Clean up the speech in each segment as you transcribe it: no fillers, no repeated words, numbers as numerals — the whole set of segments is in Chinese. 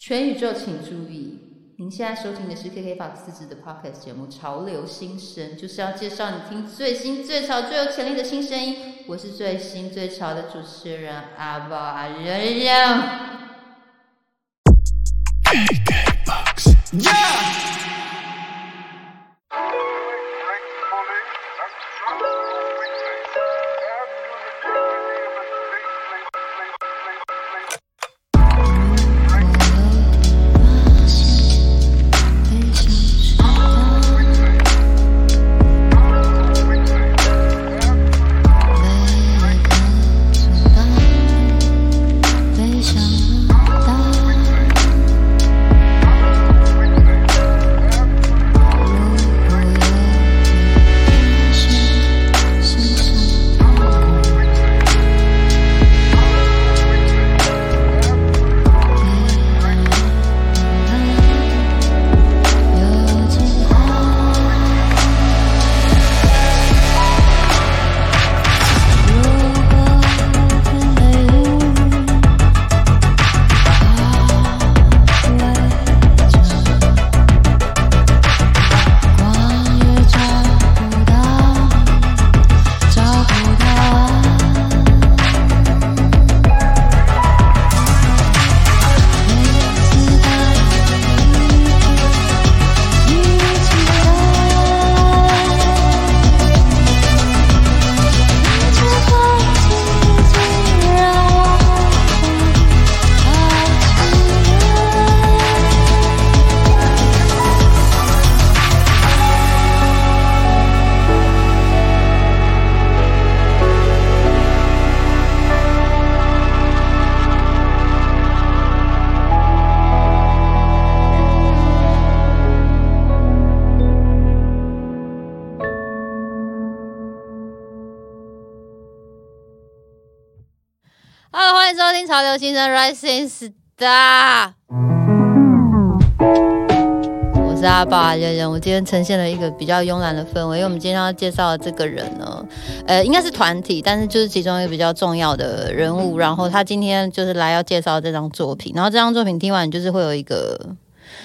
全宇宙请注意，您现在收听的是 KKBOX 自制的 Podcast 节目《潮流新声》，就是要介绍你听最新、最潮、最有潜力的新声音。我是最新最潮的主持人阿宝阿仁仁。潮流新生 Rising Star， 我是阿爸仁仁。我今天呈现了一个比较慵懒的氛围，因为我们今天要介绍的这个人呢，应该是团体，但是就是其中一个比较重要的人物。然后他今天就是来要介绍这张作品，然后这张作品听完就是会有一个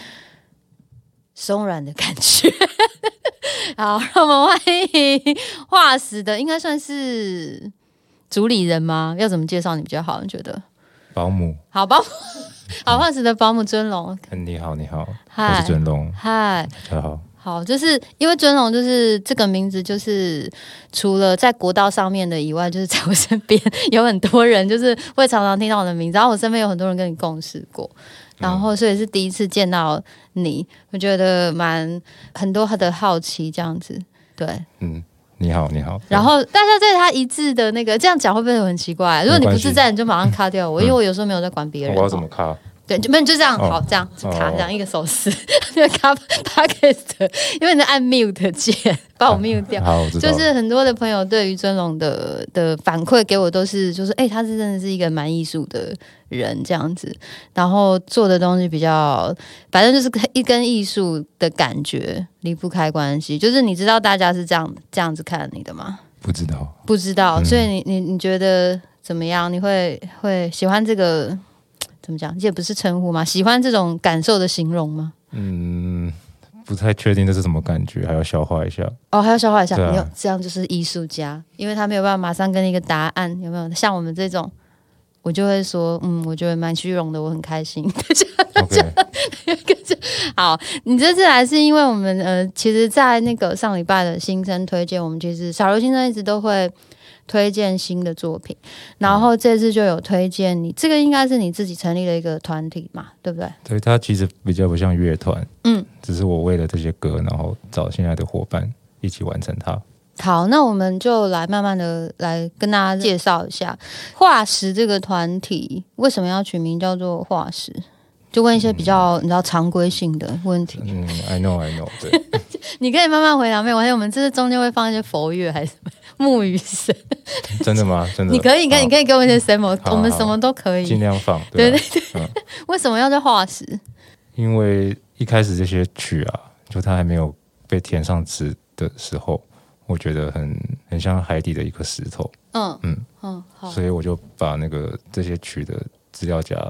松软的感觉。好，让我们欢迎化石的，应该算是主理人吗？要怎么介绍你比较好？你觉得？ 保姆， 好保姆，好化石的保姆尊龙。 你好，你好，我是尊龙。 嗨， 大家好。 好，就是因为尊龙就是这个名字，就是除了在国道上面的以外，就是在我身边有很多人，就是会常常听到我的名字。然后我身边有很多人跟你共事过，然后所以是第一次见到你，我觉得很多的好奇这样子。对， 你好，你好。 然后大家对他一致的那个这样讲会不会很奇怪？如果你不自在，你就马上卡掉我，因为我有时候没有在管别人。 我要怎么卡？ 对，就这样，好，这样就卡，这样一个手势，就卡 podcast， 因为你按 mute 键把我 mute 掉。 好，我知道。 就是很多的朋友对于尊龙的反馈给我都是，就是他是真的是一个蛮艺术的人这样子，然后做的东西比较，反正就是跟艺术的感觉离不开关系。就是你知道大家是这样子看你的吗？ 不知道， 所以你觉得怎么样？你会喜欢这个？怎么讲？这也不是称呼吗？喜欢这种感受的形容吗？ 不太确定这是什么感觉，还要消化一下。 哦，还要消化一下。没有，这样就是艺术家，因为他没有办法马上跟你一个答案，有没有？像我们这种，我就会说，我觉得蛮虚荣的，我很开心。 Okay. 好，你这次来是因为我们其实，在那个上礼拜的新生推荐，我们其实潮流新生一直都会推荐新的作品，然后这次就有推荐你，这个应该是你自己成立的一个团体嘛，对不对？ 对，它其实比较不像乐团，只是我为了这些歌，然后找现在的伙伴一起完成它。 好，那我们就来慢慢的来跟大家介绍一下化石这个团体为什么要取名叫做化石，就问一些比较你知道常规性的问题。 I know， 对。 你可以慢慢回答，没有关系。我们这是中间会放一些佛乐还是什么木鱼声。真的吗？真的？ 你可以给我一些 sample， 我们什么都可以， 尽量放。 对。为什么要叫化石？ 因为一开始这些曲啊，就它还没有被填上词的时候，我觉得很像海底的一颗石头。好。 所以我就把这些曲的资料夹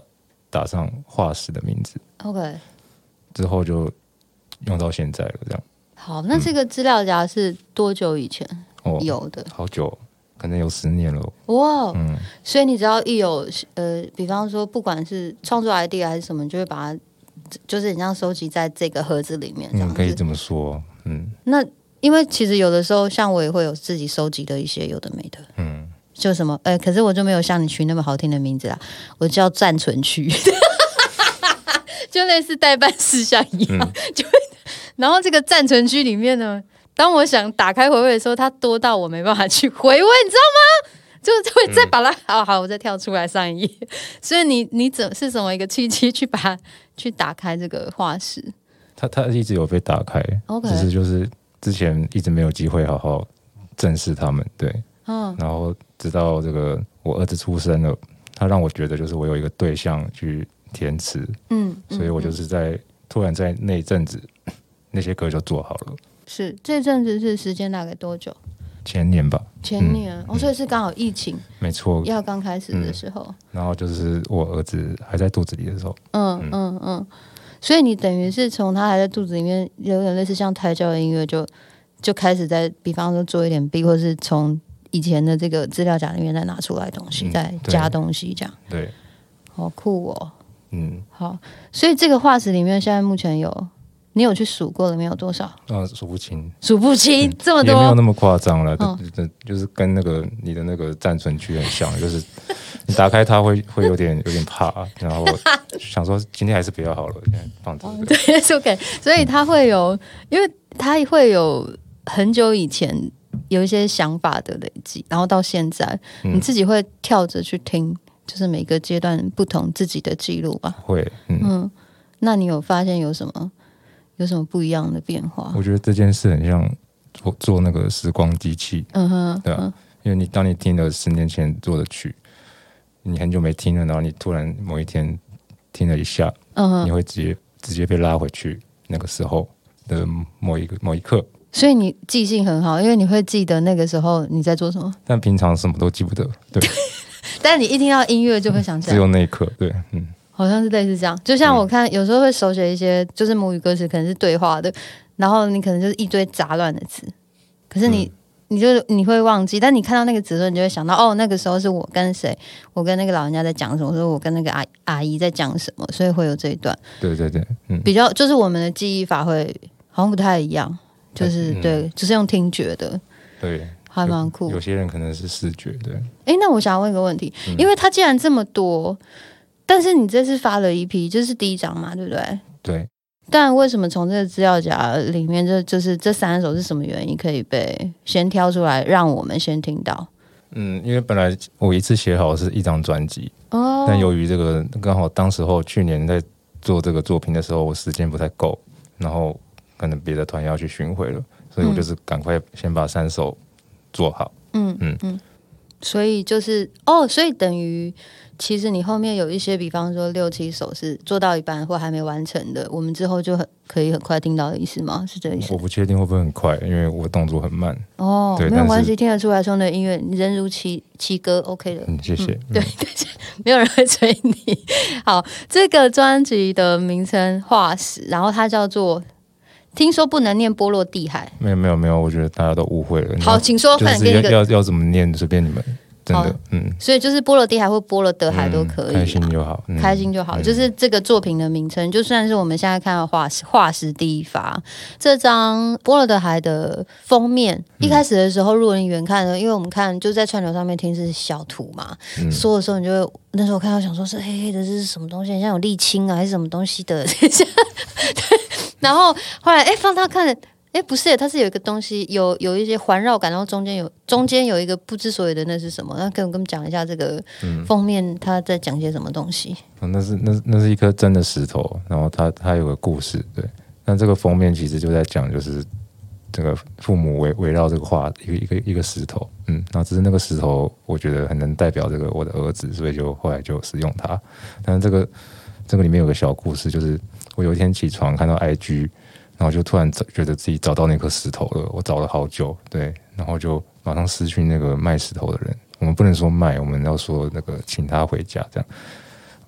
打上化石的名字。 OK， 之后就用到现在了，这样。 好，那这个资料夹是多久以前有的？ 好久，可能有10年了。 哇，所以你只要一有比方说不管是创作 idea 还是什么，你就会把它就是你像收集在这个盒子里面，这样子可以这么说。 那因为其实有的时候，像我也会有自己收集的一些有的没的，就什么可是我就没有像你取那么好听的名字啦，我叫暂存区。就类似代办事项一样，然后这个暂存区里面呢，当我想打开回味的时候，它多到我没办法去回味，你知道吗？就会再把它，好，我再跳出来上一页。所以你是什么一个契机去把它去打开这个化石？ 它一直有被打开， OK， 只是就是之前一直没有机会好好正视他们，对，然后直到这个我儿子出生了，他让我觉得就是我有一个对象去填词，所以我就是突然在那一阵子，那些歌就做好了。 是这阵子是时间大概多久？ 前年吧。 前年，所以是刚好疫情， 没错， 要刚开始的时候， 然后就是我儿子还在肚子里的时候， 所以你等于是从他还在肚子里面，有点类似像胎教的音乐就开始在，比方说做一点 B， 或是从以前的这个资料夹里面再拿出来东西，再加东西这样。 对， 好酷哦。好，所以这个化石里面现在目前你有去数过了没有多少？ 数不清， 这么多， 也没有那么夸张了。就是跟你的那个暂存区很像，就是你打开它会有点怕，然后想说今天还是不要好了，现在放着。 对，是 OK。所以它会有，因为它会有很久以前有一些想法的累积，然后到现在，你自己会跳着去听。就是每个阶段不同自己的记录吧。 会， 那你有发现有什么不一样的变化？ 我觉得这件事很像做那个时光机器，对啊，因为当你听了10年前做的曲，你很久没听了，然后你突然某一天听了一下，你会直接被拉回去那个时候的某一刻。 所以你记性很好，因为你会记得那个时候你在做什么。 但平常什么都记不得，对。 但你一听到音乐就会想起来， 只有那一刻，对， 好像是类似这样。就像我看，有时候会手写一些就是母语歌词，可能是对话的，然后你可能就是一堆杂乱的词，可是你会忘记，但你看到那个词的时候，你就会想到，那个时候是我跟谁，我跟那个老人家在讲什么，说我跟那个阿姨在讲什么，所以会有这一段。 对， 比较就是我们的记忆法会好像不太一样，就是对，就是用听觉的， 对。 还蛮酷。 有些人可能是视觉，对。 那我想问一个问题，因为它既然这么多，但是你这次发了一批，就是第1张嘛，对不对？ 对。 但为什么从这个资料夹里面，就是这3首是什么原因可以被先挑出来，让我们先听到？ 因为本来我一次写好是1张专辑，但由于这个刚好当时候去年在做这个作品的时候，我时间不太够，然后可能别的团要去巡回了，所以我就是赶快先把3首做好。 所以就是所以等于其实你后面有一些，比方说6、7首是做到一半或还没完成的，我们之后就可以很快听到的意思吗？是这个意思？ 我不确定会不会很快，因为我动作很慢。 对，没有关系，听得出来说的音乐人如其歌 OK 的。 谢谢。 对，没有人会催你。好，这个专辑的名称《化石》，然后它叫做。听说不能念波罗的海， 没有，我觉得大家都误会了。 好，请说，快点给要怎么念，随便你们，真的， 所以就是波罗的海或波罗的海都可以， 开心就好， 开心就好。就是这个作品的名称，就算是我们现在看到化石第一发这张波罗的海的封面，一开始的时候，如果你远看的，因为我们看就在串流上面听是小图嘛，说的时候你就会那时候看到想说是黑黑的，这是什么东西？像有沥青啊，还是什么东西的？然后后来放大看，不是，它是有一个东西，有一些环绕感，然后中间有一个不知所以的，那是什么？那跟我们讲一下这个封面，它在讲些什么东西？ 那是一颗真的石头，然后它有个故事，对。但这个封面其实就在讲，就是这个父母围绕这个画一个石头，然后只是那个石头，我觉得很能代表这个我的儿子，所以就后来就使用它。但是这个里面有个小故事，就是我有一天起床看到 IG， 然后就突然觉得自己找到那颗石头了，我找了好久，对，然后就马上私讯那个卖石头的人，我们不能说卖，我们要说那个请他回家这样。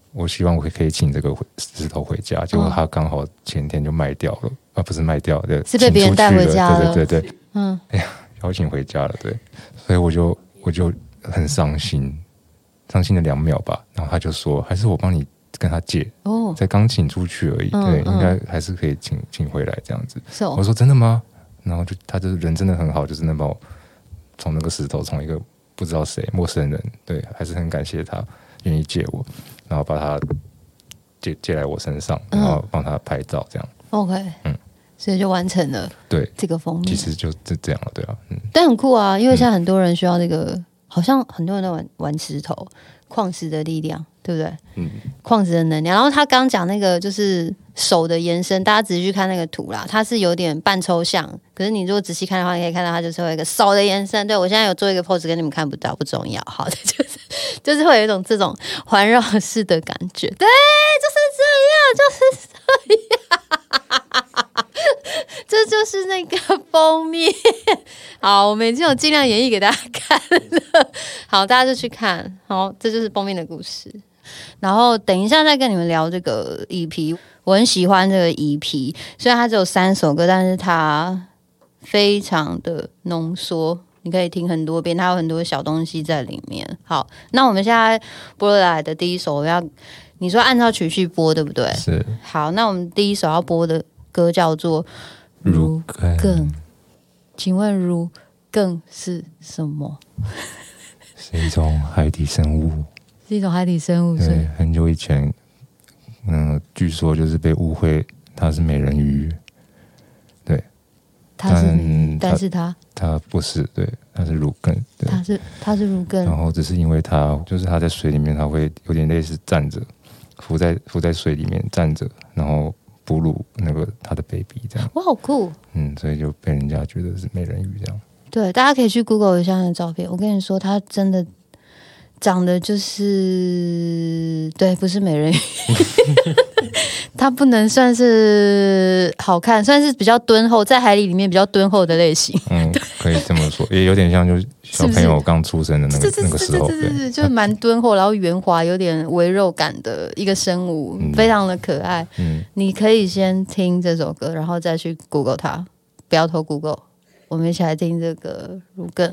我希望我可以请这个石头回家，结果他刚好前天就卖掉了，不是卖掉的， 是被别人带回家了。 对，哎呀，邀请回家了，对，所以我就很伤心了2秒吧，然后他就说，还是我帮你跟他借，才刚请出去而已，对，应该还是可以请回来这样子。我说真的吗？然后他就人真的很好，就是能把我从那个石头，从一个不知道谁陌生人，对，还是很感谢他愿意借我，然后把他借来我身上，然后帮他拍照这样。 OK， 所以就完成了对这个封面。 其实就这样了，对啊， 但很酷啊，因为现在很多人需要那个，好像很多人在玩石头，矿石的力量，对不对？矿石的能量。然后他刚讲那个就是手的延伸，大家仔细去看那个图啦，它是有点半抽象，可是你如果仔细看的话，你可以看到它就是会有一个手的延伸。对，我现在有做一个 pose 跟你们看不到，不重要。好的，就是会有一种这种环绕式的感觉。对，就是这样，这就是那个封面。好，我们已经有尽量演绎给大家看了。好，大家就去看。好，这就是封面的故事。然后等一下再跟你们聊这个 EP， 我很喜欢这个 EP， 虽然它只有3首歌，但是它非常的浓缩，你可以听很多遍，它有很多小东西在里面。好，那我们现在播来的第一首，你说按照曲序播，对不对？ 是。好， 那我们第一首要播的歌叫做《如更》，请问如更是什么？ 是一种海底生物。 是一种海底生物。 对，很久以前，据说就是被误会它是美人鱼。对，但是它不是，对，它是如更。它是如更。然后只是因为它在水里面，它会有点类似站着，浮在水里面站着，然后哺乳那个它的 baby 这样。 哇，好酷！ 所以就被人家觉得是美人鱼这样。 对，大家可以去 Google 一下那个照片。我跟你说，它真的长得就是对，不是美人鱼。它不能算是好看，算是比较敦厚，在海里面比较敦厚的类型。 可以这么说，也有点像就是小朋友刚出生的那个时候， 对，就是蛮敦厚，然后圆滑，有点微肉感的一个生物，非常的可爱。你可以先听这首歌，然后再去 Google 它，不要偷 Google。我们一起来听这个如更。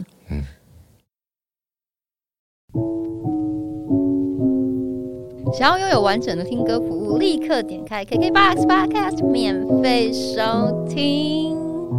想要拥有完整的听歌服务，立刻点开 KKBOX Podcast 免费收听。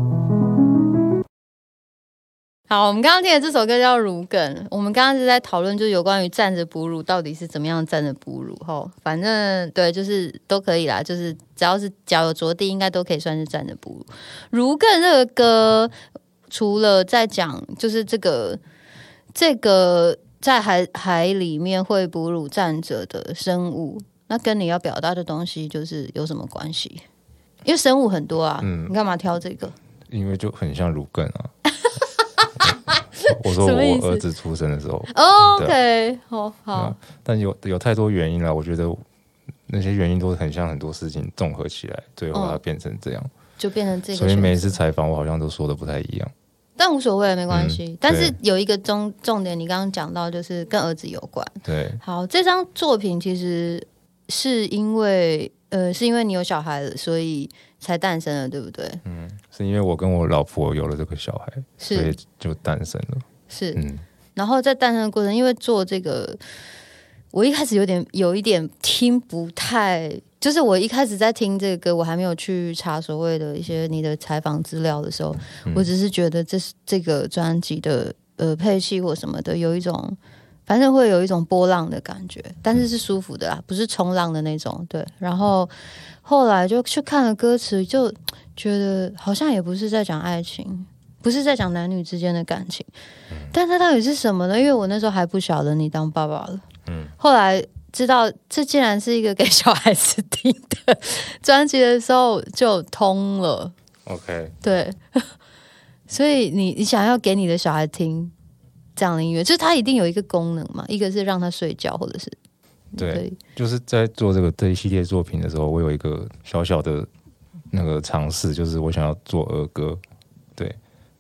好，我们刚刚听的这首歌叫《如更》。我们刚刚是在讨论，就是有关于站着哺乳到底是怎么样站着哺乳。反正对，就是都可以啦，就是只要是脚有着地，应该都可以算是站着哺乳。《如更》这个歌，除了在讲就是这个在海里面会哺乳站着的生物，那跟你要表达的东西就是有什么关系？因为生物很多啊，你干嘛挑这个？ 因为就很像如更啊。我说我儿子出生的时候 ，OK， 好， 但有太多原因了，我觉得那些原因都很像很多事情综合起来，最后它变成这样， 就变成这个。 所以每一次采访我好像都说的不太一样。 但无所谓，没关系。但是有一个重点，你刚刚讲到，就是跟儿子有关。 对， 好，这张作品其实是因为你有小孩了，所以才诞生了，对不对？ 是因为我跟我老婆有了这个小孩，所以就诞生了。 是，然后在诞生的过程，因为做这个，我一开始有一点听不太。就是我一开始在听这个歌，我还没有去查所谓的一些你的采访资料的时候，我只是觉得这个专辑的配器或什么的有一种，反正会有一种波浪的感觉，但是是舒服的啦，不是冲浪的那种。对，然后后来就去看了歌词，就觉得好像也不是在讲爱情，不是在讲男女之间的感情，但它到底是什么呢？因为我那时候还不晓得你当爸爸了，后来知道这竟然是一个给小孩子听的专辑的时候就通了。 OK， 对，所以你想要给你的小孩听这样的音乐，就是它一定有一个功能嘛，一个是让他睡觉，或者是对，就是在做这一系列作品的时候，我有一个小小的那个尝试，就是我想要做儿歌。对，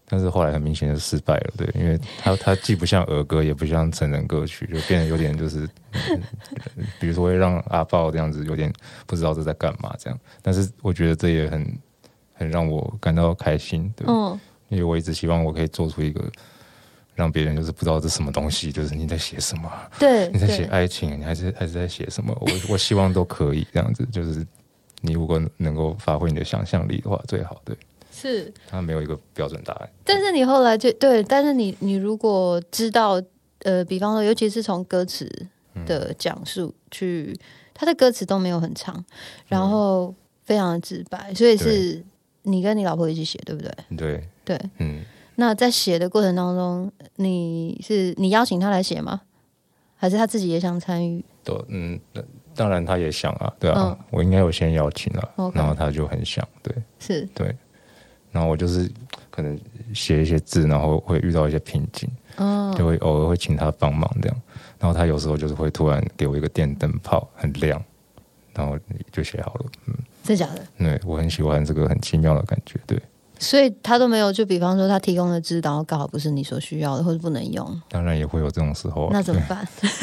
但是后来很明显就失败了，对，因为它既不像儿歌，也不像成人歌曲，就变得有点就是，比如说会让阿豹这样子有点不知道这在干嘛这样。但是我觉得这也很让我感到开心，对，因为我一直希望我可以做出一个让别人就是不知道这什么东西，就是你在写什么， 对， 你在写爱情，你还是在写什么？我希望都可以这样子，就是你如果能够发挥你的想象力的话，最好，对。 是， 他没有一个标准答案。 但是你后来就对，但是你如果知道，比方说，尤其是从歌词的讲述去，他的歌词都没有很长，然后非常的直白，所以是你跟你老婆一起写，对不对？ 对对，那在写的过程当中，你邀请他来写吗？还是他自己也想参与？ 当然他也想啊，对啊，我应该有先邀请了，然后他就很想，对， 是， 对。然后我就是可能写一些字，然后会遇到一些瓶颈，就会偶尔会请他帮忙这样。然后他有时候就是会突然给我一个电灯泡，很亮，然后就写好了。 真假的？ 对，我很喜欢这个很奇妙的感觉，对。 所以他都没有，就比方说他提供的字，然后刚好不是你所需要的，或者不能用。 当然也会有这种时候， 那怎么办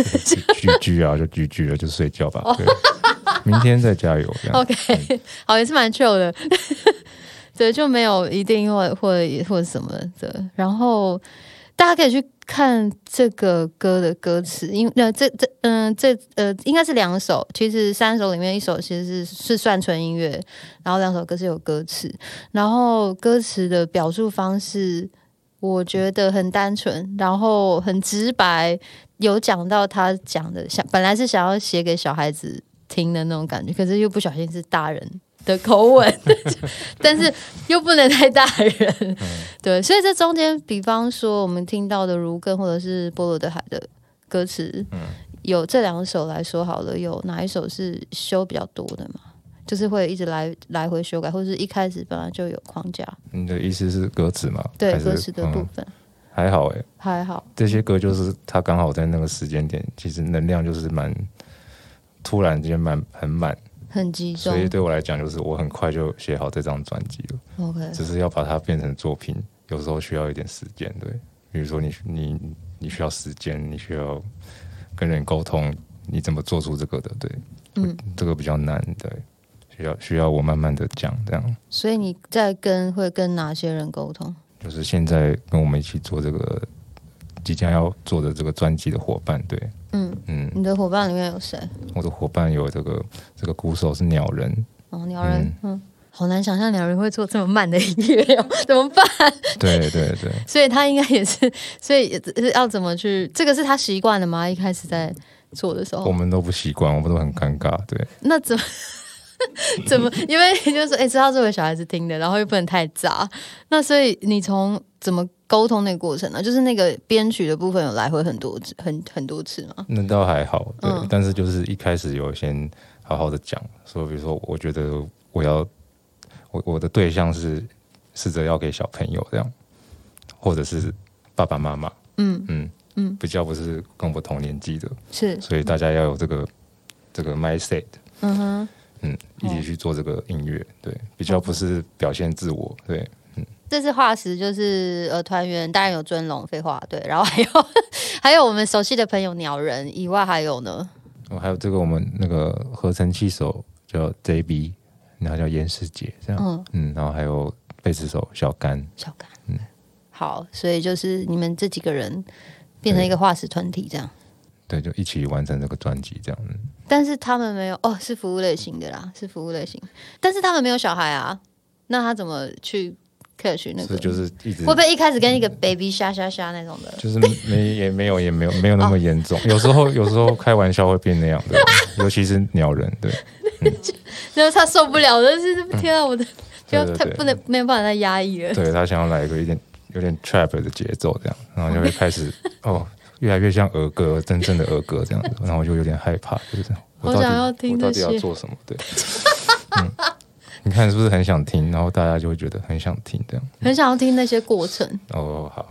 ？GG 啊，就 GG 了，就睡觉吧。对，明天再加油。 OK，好，也是蛮 chill 的。对，就没有一定或者什么的。然后大家可以去看这个歌的歌词，因为应该是2首，其实3首里面1首其实是算纯音乐，然后2首歌是有歌词，然后歌词的表述方式我觉得很单纯，然后很直白，有讲到他讲的本来是想要写给小孩子听的那种感觉，可是又不小心是大人的口吻但是又不能太大人对，所以这中间比方说我们听到的如歌或者是波罗的海的歌词有这2首来说好了，有哪一首是修比较多的吗？就是会一直来回修改，或者是一开始本来就有框架？你的意思是歌词吗？ 对，歌词的部分还好还好， 这些歌就是他刚好在那个时间点，其实能量就是突然间很满很集中， 所以对我来讲，就是我很快就写好这张专辑了。 OK， 只是要把它变成作品，有时候需要一点时间。对，比如说你需要时间，你需要跟人沟通，你怎么做出这个的？对，这个比较难。对，需要我慢慢的讲这样。 所以你会跟哪些人沟通？ 就是现在跟我们一起做这个即将要做的这个专辑的伙伴。对。你的伙伴里面有谁？ 我的伙伴有这个鼓手是鸟人。 鸟人，好难想象鸟人会做这么慢的音乐怎么办？ 对， 所以他应该也是，所以要怎么去？这个是他习惯的吗？一开始在做的时候， 我们都不习惯，我们都很尴尬。对， 那怎么？因为就是说，是要做给小孩子听的，然后又不能太杂。那所以你从怎么沟通那个过程呢？就是那个编曲的部分有来回很多次吗？ 那倒还好，对，但是就是一开始有先好好的讲，所以比如说，我觉得我的对象是试着要给小朋友这样，或者是爸爸妈妈，比较不是跟我同年纪的， 是， 所以大家要有这个 mindset，一起去做这个音乐，对，比较不是表现自我，对。 这次化石就是团员，当然有尊龙，废话，对，然后还有我们熟悉的朋友鸟人以外，还有呢， 还有这个我们那个合成器手叫 JB， 然后叫严世杰这样，然后还有贝斯手小甘， 好，所以就是你们这几个人变成一个化石团体这样， 对，就一起完成这个专辑这样。 但是他们没有是服务类型的啦，是服务类型，但是他们没有小孩啊，那他怎么去catch那个？ 就是一直会不会一开始跟一个 baby 瞎那种的？ 就是也没有那么严重，有时候开玩笑会变那样的，尤其是鸟人，对， 然后他受不了，但是天啊，我的就要太没有办法再压抑了。 对，他想要来一个有点 trap 的节奏这样，然后就会开始越来越像儿歌，真正的儿歌这样子，然后我就有点害怕，就是我想要听我到底要做什么？对，你看是不是很想听？然后大家就会觉得很想听，这样很想要听那些过程。 好，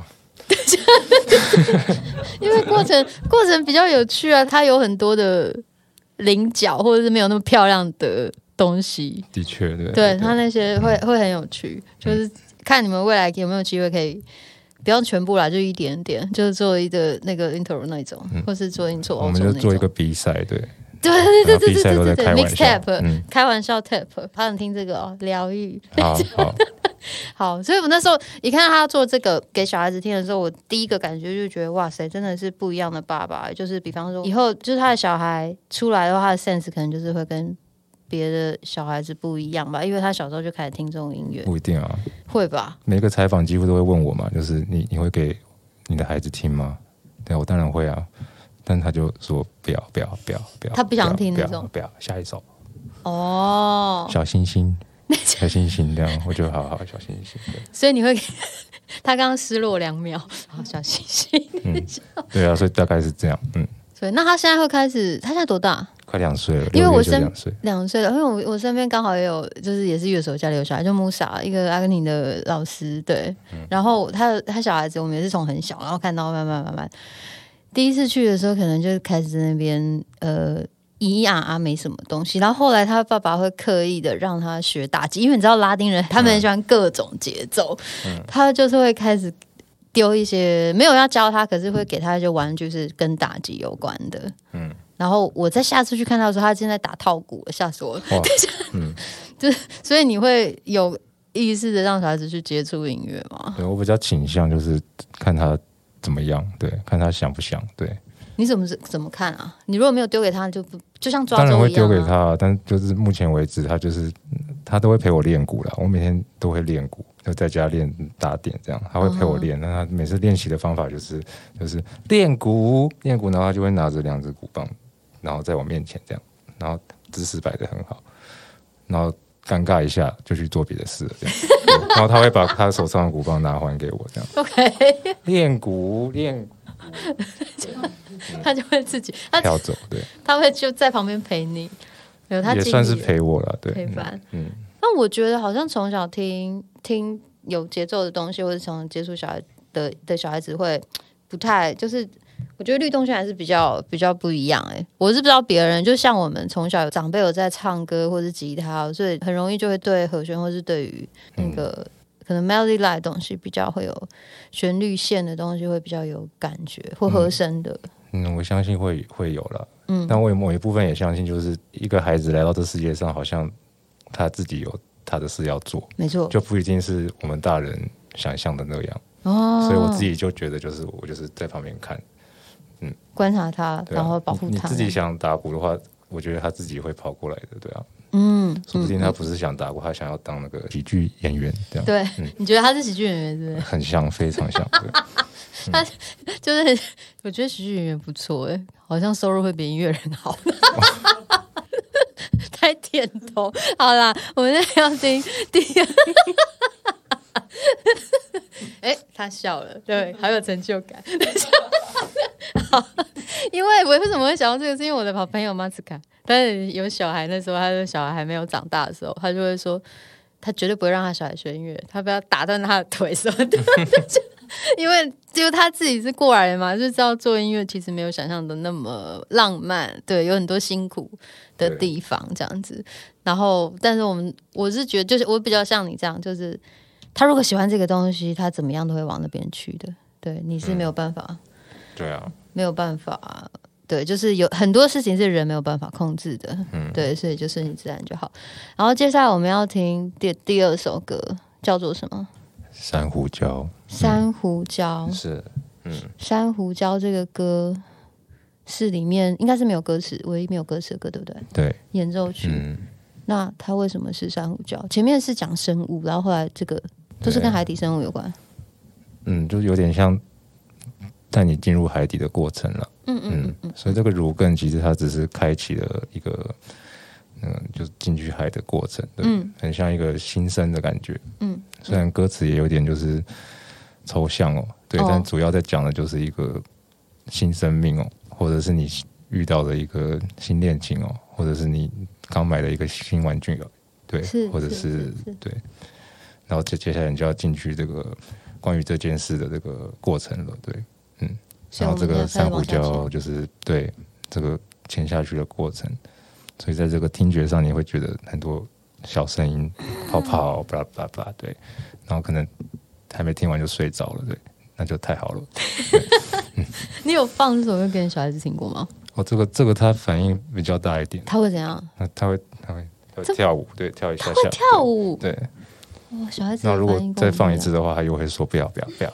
因为过程比较有趣啊，它有很多的棱角，或者是没有那么漂亮的东西。 的确， 对他那些会很有趣，就是看你们未来有没有机会可以。不要全部啦，就一点点，就是做一个那个 intro 那种，或是做 intro， 我们就做一个比赛，对比赛都在开玩笑 ，mix tap，开玩笑 tap，好想听这个哦，疗愈。好，所以我那时候一看到他做这个给小孩子听的时候，我第一个感觉就觉得哇塞，真的是不一样的爸爸。就是比方说，以后就是他的小孩出来的话，他的 sense 可能就是会跟别的小孩子不一样吧，因为他小时候就开始听这种音乐。 不一定啊， 会吧？ 每个采访几乎都会问我嘛，就是你会给你的孩子听吗？对，我当然会啊，但他就说不要， 他不想听那种， 不要下一首哦， 小星星，小星星这样，我就好小星星。 所以你会给他刚刚失落2秒，好小星星， 对啊，所以大概是这样， 所以那他现在会开始，他现在多大？ 快2岁了， 因为我 2 岁了，因为我身边刚好也有，就是也是乐手家里有小孩，就 Musa 一个阿根廷的老师，对，然后他小孩子我们也是从很小，然后看到慢慢，第一次去的时候可能就开始在那边咿呀没什么东西，然后后来他爸爸会刻意的让他学打击，因为你知道拉丁人他们很喜欢各种节奏，他就是会开始丢一些没有要教他，可是会给他一些玩具是跟打击有关的，然后我在下次去看到的时候，他正在打套鼓，吓死我了。就是所以你会有意识的让小孩子去接触音乐吗？ 对，我比较倾向就是看他怎么样，对，看他想不想，对。 你怎么看啊？你如果没有丢给他，就像抓周一样、啊， 当然会丢给他，但就是目前为止，他都会陪我练鼓啦。我每天都会练鼓，就在家练打点这样，他会陪我练。那他每次练习的方法就是练鼓，然后他就会拿着2只鼓棒，然后在我面前这样，然后姿势摆得很好，然后尴尬一下就去做别的事了这样。然后他会把他手上的鼓棒拿还给我这样。 OK， 练鼓。 他就会自己飘走，对， 他会就在旁边陪你，他也算是陪我了，对， 陪伴。但我觉得好像从小听有节奏的东西，或者从接触小孩的小孩子会不太，就是我觉得律动性还是比较不一样。我是不知道别人，就像我们从小有长辈有在唱歌或是吉他，所以很容易就会对和弦或是对于那个。可能 melody line 的东西比较会有旋律线的东西会比较有感觉，或和声的。 我相信会有啦。但我某一部分也相信，就是一个孩子来到这世界上，好像他自己有他的事要做， 没错， 就不一定是我们大人想象的那样。所以我自己就觉得，我就是在旁边看， 观察他，然后保护他。 你自己想打鼓的话，我觉得他自己会跑过来的，对啊。说不定他不是想打鼓，他想要当那个喜剧演员这样。 对，你觉得他是喜剧演员，是不是？ 很像，非常像。 他就是我觉得喜剧演员不错，好像收入会比音乐人好。太点头，好啦，我们现在要听第二。他笑了，对，好有成就感。好，因为我为什么会想到这个，是因为我的好朋友马斯卡。但是有小孩那时候，他的小孩还没有长大的时候，他就会说，他绝对不会让他小孩学音乐，他不要打断他的腿什么的。因为就他自己是过来人嘛，就知道做音乐其实没有想象的那么浪漫，对，有很多辛苦的地方这样子。然后，但是我是觉得，就是我比较像你这样，就是他如果喜欢这个东西，他怎么样都会往那边去的。对，你是没有办法， 对啊， 没有办法。对，就是有很多事情是人没有办法控制的，对，所以就顺其自然就好。然后接下来我们要听第2首歌，叫做什么？ 珊瑚礁。 珊瑚礁是， 珊瑚礁这个歌是里面应该是没有歌词，唯一没有歌词的歌，对不对？ 对， 演奏曲。那它为什么是珊瑚礁？前面是讲生物，然后后来这个都是跟海底生物有关。 就有点像带你进入海底的过程了。所以这个乳更其实它只是开启了一个就是进去海的过程，对，很像一个新生的感觉。虽然歌词也有点就是抽象对，但主要在讲的就是一个新生命或者是你遇到的一个新恋情或者是你刚买了一个新玩具对，或者是对，然后接下来你就要进去这个关于这件事的这个过程了，对，然后这个珊瑚礁就是对这个潜下去的过程， 所以在这个听觉上你会觉得很多小声音泡泡巴拉巴拉巴拉，对，然后可能还没听完就睡着了，对，那就太好了。 你有放这首歌给你小孩子听过吗？ 这个他反应比较大一点。 他会怎样？ 他会跳舞，对，跳一下下。 他会跳舞， 对。 哇，小孩子。 那如果再放一次的话，他又会说不要。对。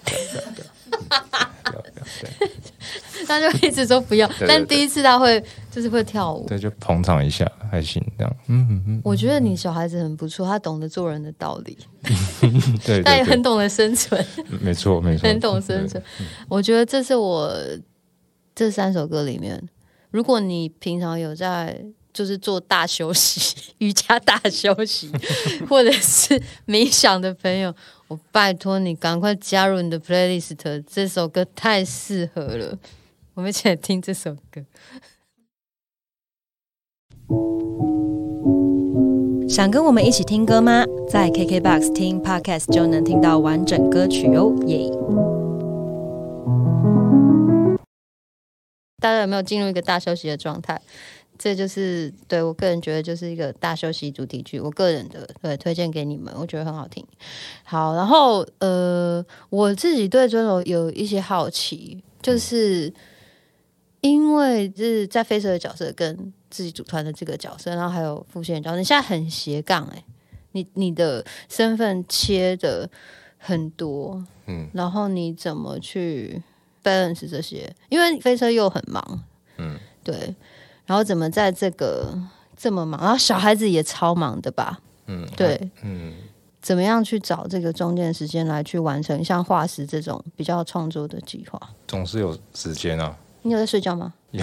他就一直说不要，但第一次他会就是会跳舞， 对，就捧场一下，还行这样。 我觉得你小孩子很不错，他懂得做人的道理， 对， 他也很懂得生存， 没错， 很懂生存。我觉得这是我这3首歌里面，如果你平常有在就是做大休息、瑜伽大休息，或者是冥想的朋友，我拜托你赶快加入你的 playlist， 这首歌太适合了。我们一起来听这首歌。 想跟我们一起听歌吗？在 KKBOX 听 Podcast 就能听到完整歌曲哦，耶！ 大家有没有进入一个大休息的状态？这就是对我个人觉得就是一个大休息主题曲，我个人的对推荐给你们，我觉得很好听。好，然后我自己对这首有一些好奇，就是因为是在飞车的角色跟自己组团的这个角色，然后还有副线的角色，你现在很斜杠你的身份切的很多，然后你怎么去 balance 这些？因为飞车又很忙，对。然后怎么在这个这么忙，然后小孩子也超忙的吧？对，怎么样去找这个中间的时间来去完成像化石这种比较创作的计划？总是有时间啊。 你有在睡觉吗？ 有。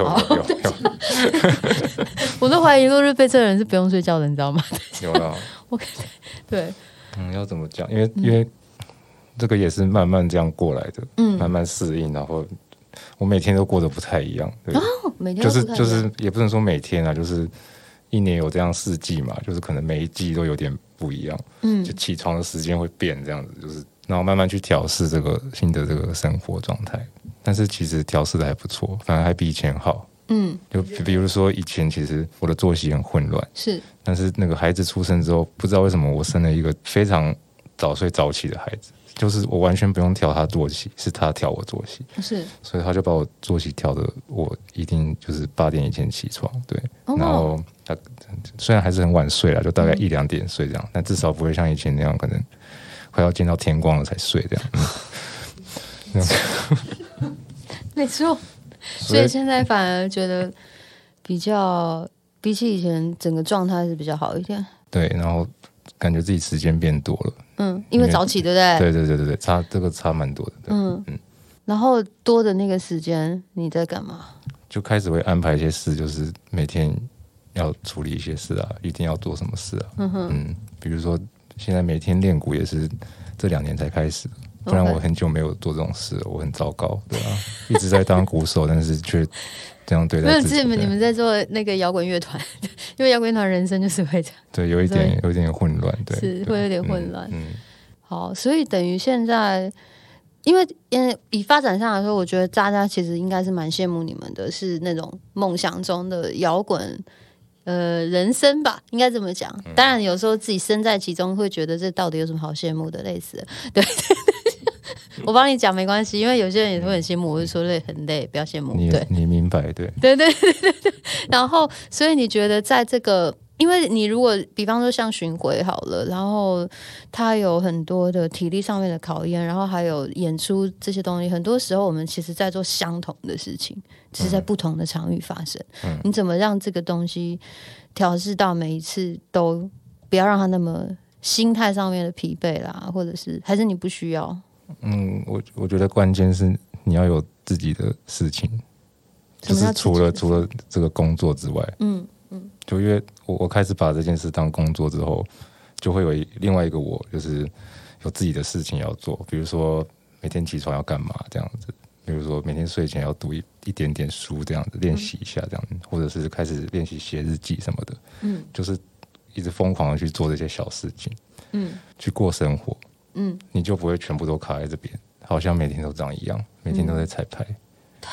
我都怀疑落日飞车的人是不用睡觉的，你知道吗？ 有啦。 对， 要怎么讲？因为这个也是慢慢这样过来的，慢慢适应，然后。我每天都过得不太一样，对， 每天就是也不能说每天啊，就是一年有这样4季嘛，就是可能每一季都有点不一样，就起床的时间会变这样子，就是然后慢慢去调试这个新的这个生活状态，但是其实调试的还不错，反而还比以前好，就比如说以前其实我的作息很混乱， 是， 但是那个孩子出生之后，不知道为什么我生了一个非常早睡早起的孩子。就是我完全不用调他作息，是他调我作息， 是， 所以他就把我作息调的，我一定就是8点以前起床，对，然后他虽然还是很晚睡啦，就大概1、2点睡这样，但至少不会像以前那样，可能快要见到天光了才睡这样。 没错，所以现在反而觉得比起以前整个状态是比较好一点。 对，然后感觉自己时间变多了。 因为早起，对不对？ 对，差蛮多的。 然后多的那个时间你在干嘛？ 就开始会安排一些事，就是每天要处理一些事啊，一定要做什么事啊。比如说现在每天练鼓也是这2年才开始的，不然我很久没有做这种事了，我很糟糕，对吧？一直在当鼓手，但是却这样对待自己。 没有，你们在做那个摇滚乐团，因为摇滚乐团人生就是会这样。 对，有一点混乱，对， 是会有点混乱。好，所以等于现在，因为以发展上来说，我觉得大家其实应该是蛮羡慕你们的，是那种梦想中的摇滚人生吧，应该这么讲。当然，有时候自己身在其中，会觉得这到底有什么好羡慕的，类似的，对。我帮你讲没关系，因为有些人也会很羡慕，我就说累很累，不要羡慕。 你明白，对。 然后，所以你觉得在这个，因为你如果比方说像巡回好了，然后它有很多的体力上面的考验，然后还有演出这些东西，很多时候我们其实在做相同的事情，只是在不同的场域发生。你怎么让这个东西调试到每一次都不要让它那么心态上面的疲惫啦，或者是还是你不需要？ 我觉得关键是你要有自己的事情，就是除了这个工作之外，就因为我开始把这件事当工作之后，就会有另外一个我，就是有自己的事情要做，比如说每天起床要干嘛这样子，比如说每天睡前要读一点点书这样子，练习一下这样，或者是开始练习写日记什么的，就是一直疯狂的去做这些小事情，去过生活。你就不会全部都卡在这边，好像每天都这样一样，每天都在彩排。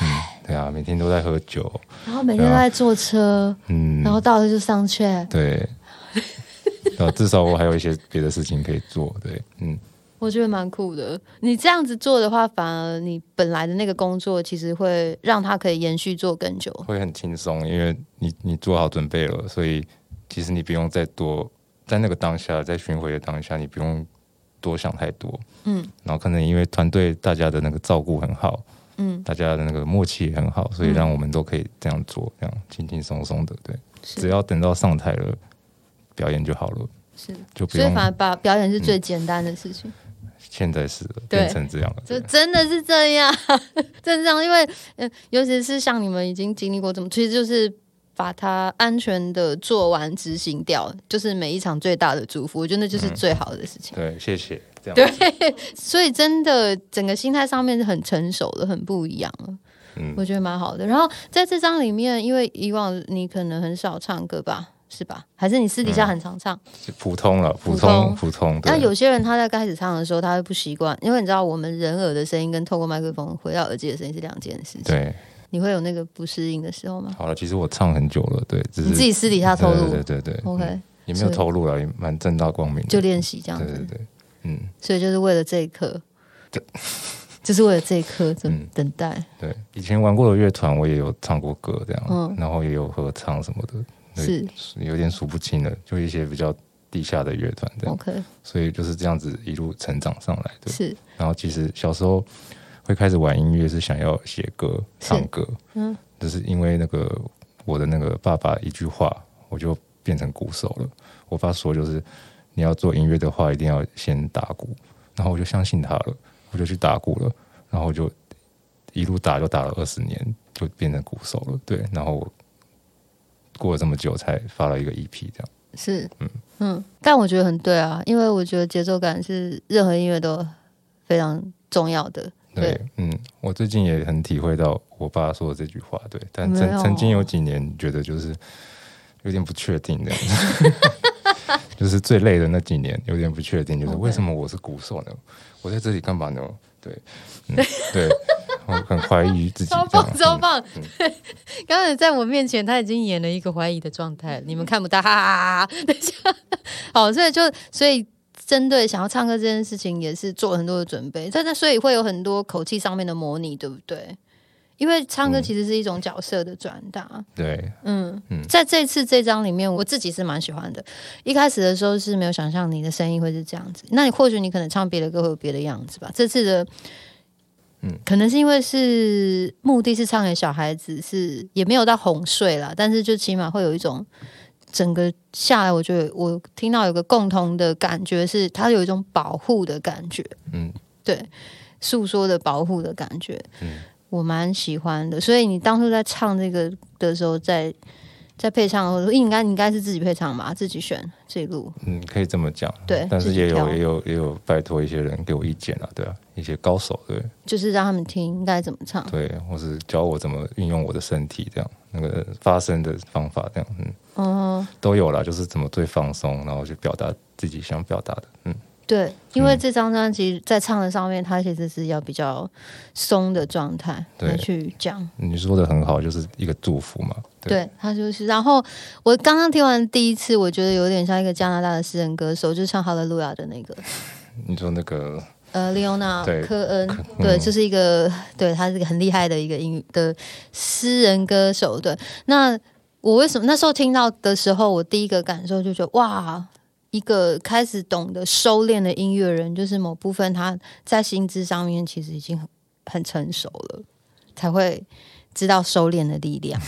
对啊，每天都在喝酒， 然后每天都在坐车，然后到了就上去， 对，至少我还有一些别的事情可以做，对， 我觉得蛮酷的。你这样子做的话，反而你本来的那个工作，其实会让它可以延续做更久， 会很轻松，因为你做好准备了，所以其实你不用再多在那个当下，在巡回的当下，你不用多想太多，然后可能因为团队大家的那个照顾很好，大家的那个默契也很好，所以让我们都可以这样做，这样轻轻松松的，对，只要等到上台了，表演就好了， 是， 就不用， 所以反而把表演是最简单的事情。 现在是变成这样了， 就真的是这样，真的这样，因为尤其是像你们已经经历过这么，其实就是把它安全的做完执行掉，就是每一场最大的祝福，我觉得那就是最好的事情。 对，谢谢。这样对，所以真的整个心态上面是很成熟的，很不一样了。我觉得蛮好的。然后在这张里面，因为以往你可能很少唱歌吧，是吧？还是你私底下很常唱？ 普通了，普通。 那有些人他在开始唱的时候，他会不习惯，因为你知道我们人耳的声音跟透过麦克风回到耳机的声音是两件事情。 对， 你会有那个不适应的时候吗？ 好了，其实我唱很久了，对，只是你自己私底下透露， 对 ，OK， 也没有透露了，也蛮正大光明的， 就练习这样子， 对， 所以就是为了这一刻，就是为了这一刻等待。 对，以前玩过的乐团我也有唱过歌这样，然后也有合唱什么的， 是有点数不清了，就一些比较地下的乐团这样 ，OK， 所以就是这样子一路成长上来的。 是， 然后其实小时候会开始玩音乐，是想要写歌、唱歌，就是因为那个我的那个爸爸一句话，我就变成鼓手了。我爸说就是你要做音乐的话，一定要先打鼓，然后我就相信他了，我就去打鼓了，然后就一路打就打了20年，就变成鼓手了。对，然后过了这么久才发了一个 EP 这样。 是，但我觉得很对啊，因为我觉得节奏感是任何音乐都非常重要的。 对，我最近也很体会到我爸说的这句话，对，但曾经有几年觉得就是有点不确定的，就是最累的那几年有点不确定，就是为什么我是鼓手呢？我在这里干嘛呢？对，对，我很怀疑自己， 超棒！刚才在我面前他已经演了一个怀疑的状态，你们看不到，哈哈哈哈！等一下，好，所以针对想要唱歌这件事情，也是做了很多的准备，所以会有很多口气上面的模拟，对不对？因为唱歌其实是一种角色的转达， 对， 在这次这张里面，我自己是蛮喜欢的。一开始的时候是没有想象你的声音会是这样子，那你或许你可能唱别的歌会有别的样子吧。这次的，可能是因为是目的是唱给小孩子，是也没有到哄睡啦，但是就起码会有一种整个下来，我觉得我听到有个共同的感觉是，它有一种保护的感觉，对，诉说的保护的感觉，我蛮喜欢的。所以你当初在唱这个的时候，在配唱，应该是自己配唱吧，自己选自己录， 可以这么讲， 对， 但是也有拜托一些人给我意见啊，对啊，一些高手，对， 就是让他们听应该怎么唱， 对，或是教我怎么运用我的身体，这样那个发声的方法，这样，都有啦，就是怎么最放松，然后去表达自己想表达的， 对，因为这张专辑在唱的上面，它其实是要比较松的状态来去讲。 你说的很好，就是一个祝福嘛。 对，它就是。然后我刚刚听完第一次，我觉得有点像一个加拿大的诗人歌手，就是唱《哈利路亚》的那个。你说那个利欧纳科恩，对，就是一个，对，他是一个很厉害的一个的诗人歌手。对，那我为什么那时候听到的时候，我第一个感受就觉得哇。一个开始懂得收敛的音乐人，就是某部分他在心智上面其实已经很成熟了，才会知道收敛的力量。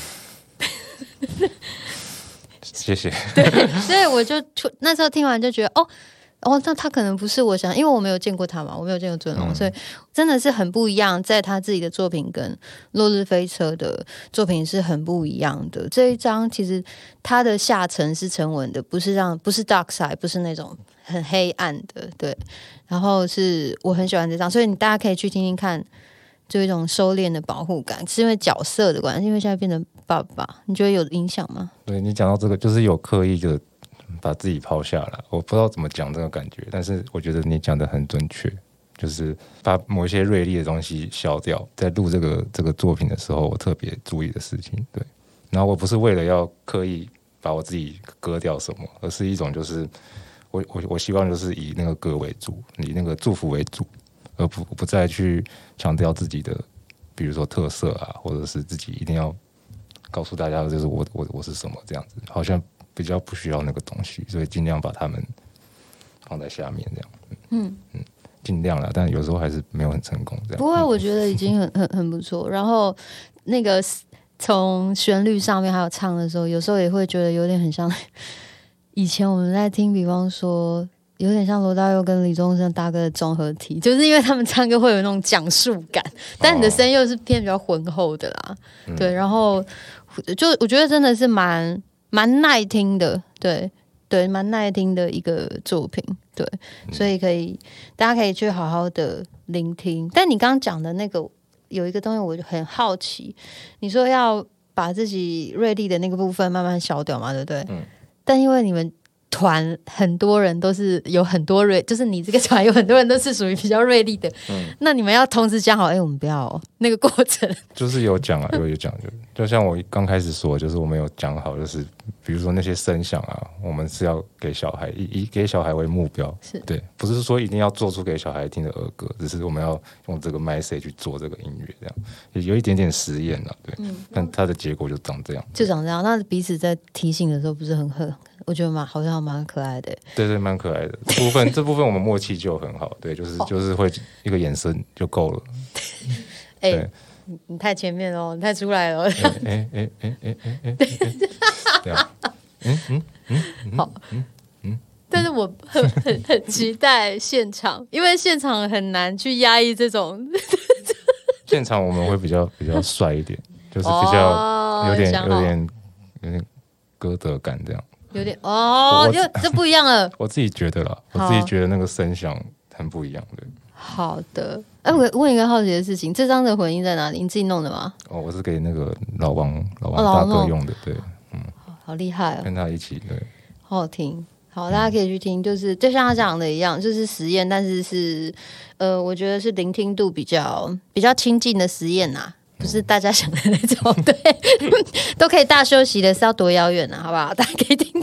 谢谢。 对，所以我就那时候听完就觉得，那他可能不是我想，因为我没有见过他嘛，我没有见过尊龙，所以真的是很不一样。在他自己的作品跟落日飞车的作品是很不一样的。这一张其实它的下层是沉稳的，不是 dark side， 不是那种很黑暗的，对。然后是我很喜欢这张，所以大家可以去听听看，就一种收敛的保护感，是因为角色的关系，因为现在变成爸爸，你觉得有影响吗？ 对，你讲到这个，就是有刻意的把自己抛下来，我不知道怎么讲这个感觉，但是我觉得你讲的很准确， 就是把某一些锐利的东西消掉，在录这个作品的时候，我特别注意的事情。对，然后我不是为了要刻意把我自己割掉什么，而是一种就是我希望就是以那个歌为主，以那个祝福为主，而不再去强调自己的，比如说特色啊，或者是自己一定要告诉大家就是我是什么这样子，好像比较不需要那个东西，所以尽量把它们放在下面这样。尽量啦，但有时候还是没有很成功这样。 不会，我觉得已经很不错。然后那个从旋律上面还有唱的时候，有时候也会觉得有点很像以前我们在听，比方说有点像罗大佑跟李宗盛大哥的综合体，就是因为他们唱歌会有那种讲述感，但你的声音又是偏比较浑厚的啦。对，然后就我觉得真的是蛮耐听的，对，蛮耐听的一个作品，对，所以大家可以去好好的聆听。但你刚刚讲的那个有一个东西，我就很好奇，你说要把自己锐利的那个部分慢慢消掉嘛，对不对？但因为你们团很多人都是有很多就是你这个团有很多人都是属于比较锐利的，那你们要同时讲好，我们不要那个过程， 就是有讲啊，有讲，就像我刚开始说，就是我们有讲好，就是比如说那些声响啊，我们是要给小孩以给小孩为目标， 是对，不是说一定要做出给小孩听的儿歌，只是我们要用这个 message 去做这个音乐，这样也有一点点实验了，对，但它的结果就长这样， 就长这样。那彼此在提醒的时候，不是我觉得好像蛮可爱的。 对，蛮可爱的。这部分我们默契就很好，对，就是会一个眼神就够了。 你太前面了，你太出来了。 这样， 好，但是我很期待现场，因为现场很难去压抑这种。 现场我们会比较帅一点，就是比较有点歌德感这样。 有点这不一样了。 我自己觉得啦，我自己觉得那个声响很不一样的。 好的，我问一个好奇的事情，这张的混音在哪里？你自己弄的吗？ 我是给那个老王大哥用的，对， 好厉害跟他一起，对， 好好听。好，大家可以去听，就像他讲的一样，就是实验，但是我觉得是聆听度比较亲近的实验呐。不是大家想的那种，对，都可以大休息的，是要多遥远啊，好不好？大家可以听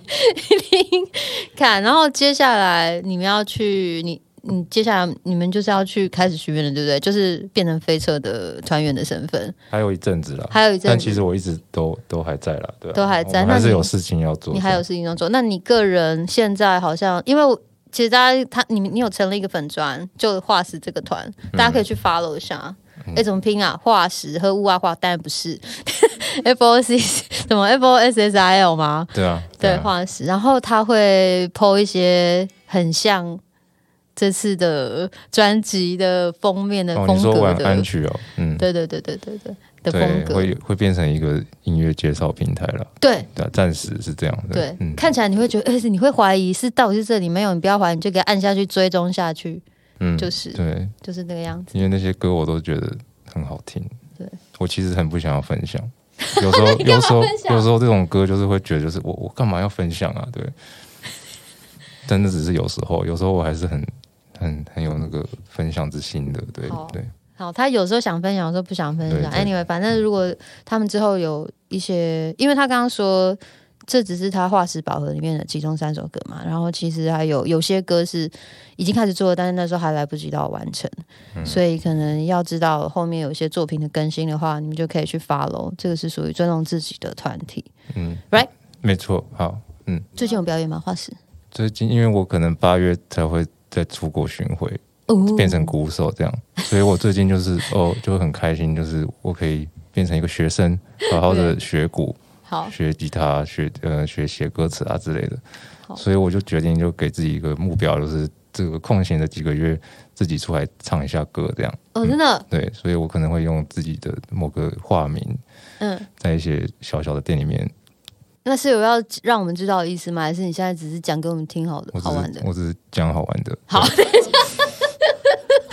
看。然后接下来你们要去，接下来你们就是要去开始许愿了，对不对？就是变成飞车的团员的身份， 还有一阵子啦，但其实我一直都还在啦，对， 都还在， 还是有事情要做， 你还有事情要做。那你个人现在好像，因为其实你有成立一个粉专，就化石这个团，大家可以去 follow 一下。怎么拼啊？化石和物化，当然不是FOC 什么 FOSSIL 吗？ 对啊， 对，化石。然后他会 po 一些很像这次的专辑的封面的风格的。 你说晚安曲哦， 对的风格， 会变成一个音乐介绍平台了。 对， 暂时是这样的。 对，看起来你会觉得，你会怀疑到底是这里没有，你不要怀疑，你就给它按下去追踪下去。就是那个样子。因为那些歌我都觉得很好听， 对， 我其实很不想要分享。有时候这种歌就是会觉得，就是我干嘛要分享啊？对，真的只是有时候我还是很有那个分享之心的，对。 好，他有时候想分享，有时候不想分享。Anyway， 反正如果他们之后有一些，因为他刚刚说。这只是他化石宝盒里面的其中3首歌嘛，然后其实还有些歌是已经开始做了，但是那时候还来不及到完成，所以可能要知道后面有些作品的更新的话，你们就可以去 follow， 这个是属于尊重自己的团体，right？ 没错，好， 最近有表演吗？化石最近因为我可能8月才会再出国巡回，变成鼓手这样，所以我最近就是就很开心，就是我可以变成一个学生，好好的学鼓。学吉他，学写歌词啊之类的，所以我就决定就给自己一个目标，就是这个空闲的几个月自己出来唱一下歌这样。 真的？ 对，所以我可能会用自己的某个化名，在一些小小的店里面。 那是有要让我们知道的意思吗？还是你现在只是讲给我们听好玩的？ 我只是讲好玩的。 好。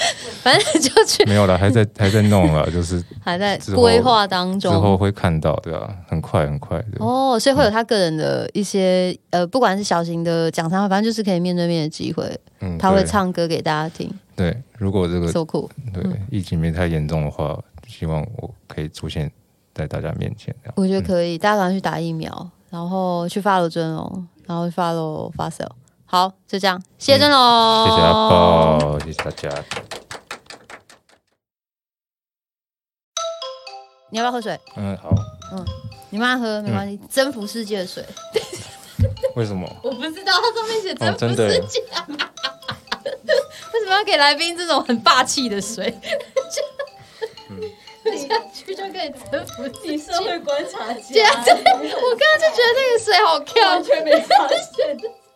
反正就去没有了，还在弄了，就是还在规划当中， 之后会看到，对吧？很快的哦，所以会有他个人的一些不管是小型的讲唱会，反正就是可以面对面的机会。他会唱歌给大家听。 对，如果这个 so cool， 对疫情没太严重的话，希望我可以出现在大家面前。 我觉得可以，大家赶快去打疫苗，然后去 follow 尊龙，然后 follow Fossil。好，就这样，谢谢尊龙， 谢谢阿豹，谢谢大家。 你要不要喝水？ 好。 你慢慢喝，没关系。征服世界的水。 为什么？ 我不知道，它上面写征服真的世界。为什么要给来宾这种很霸气的水？喝下去就可以征服地社会观察家。 对，我刚刚就觉得那个水好跳， 完全没发现。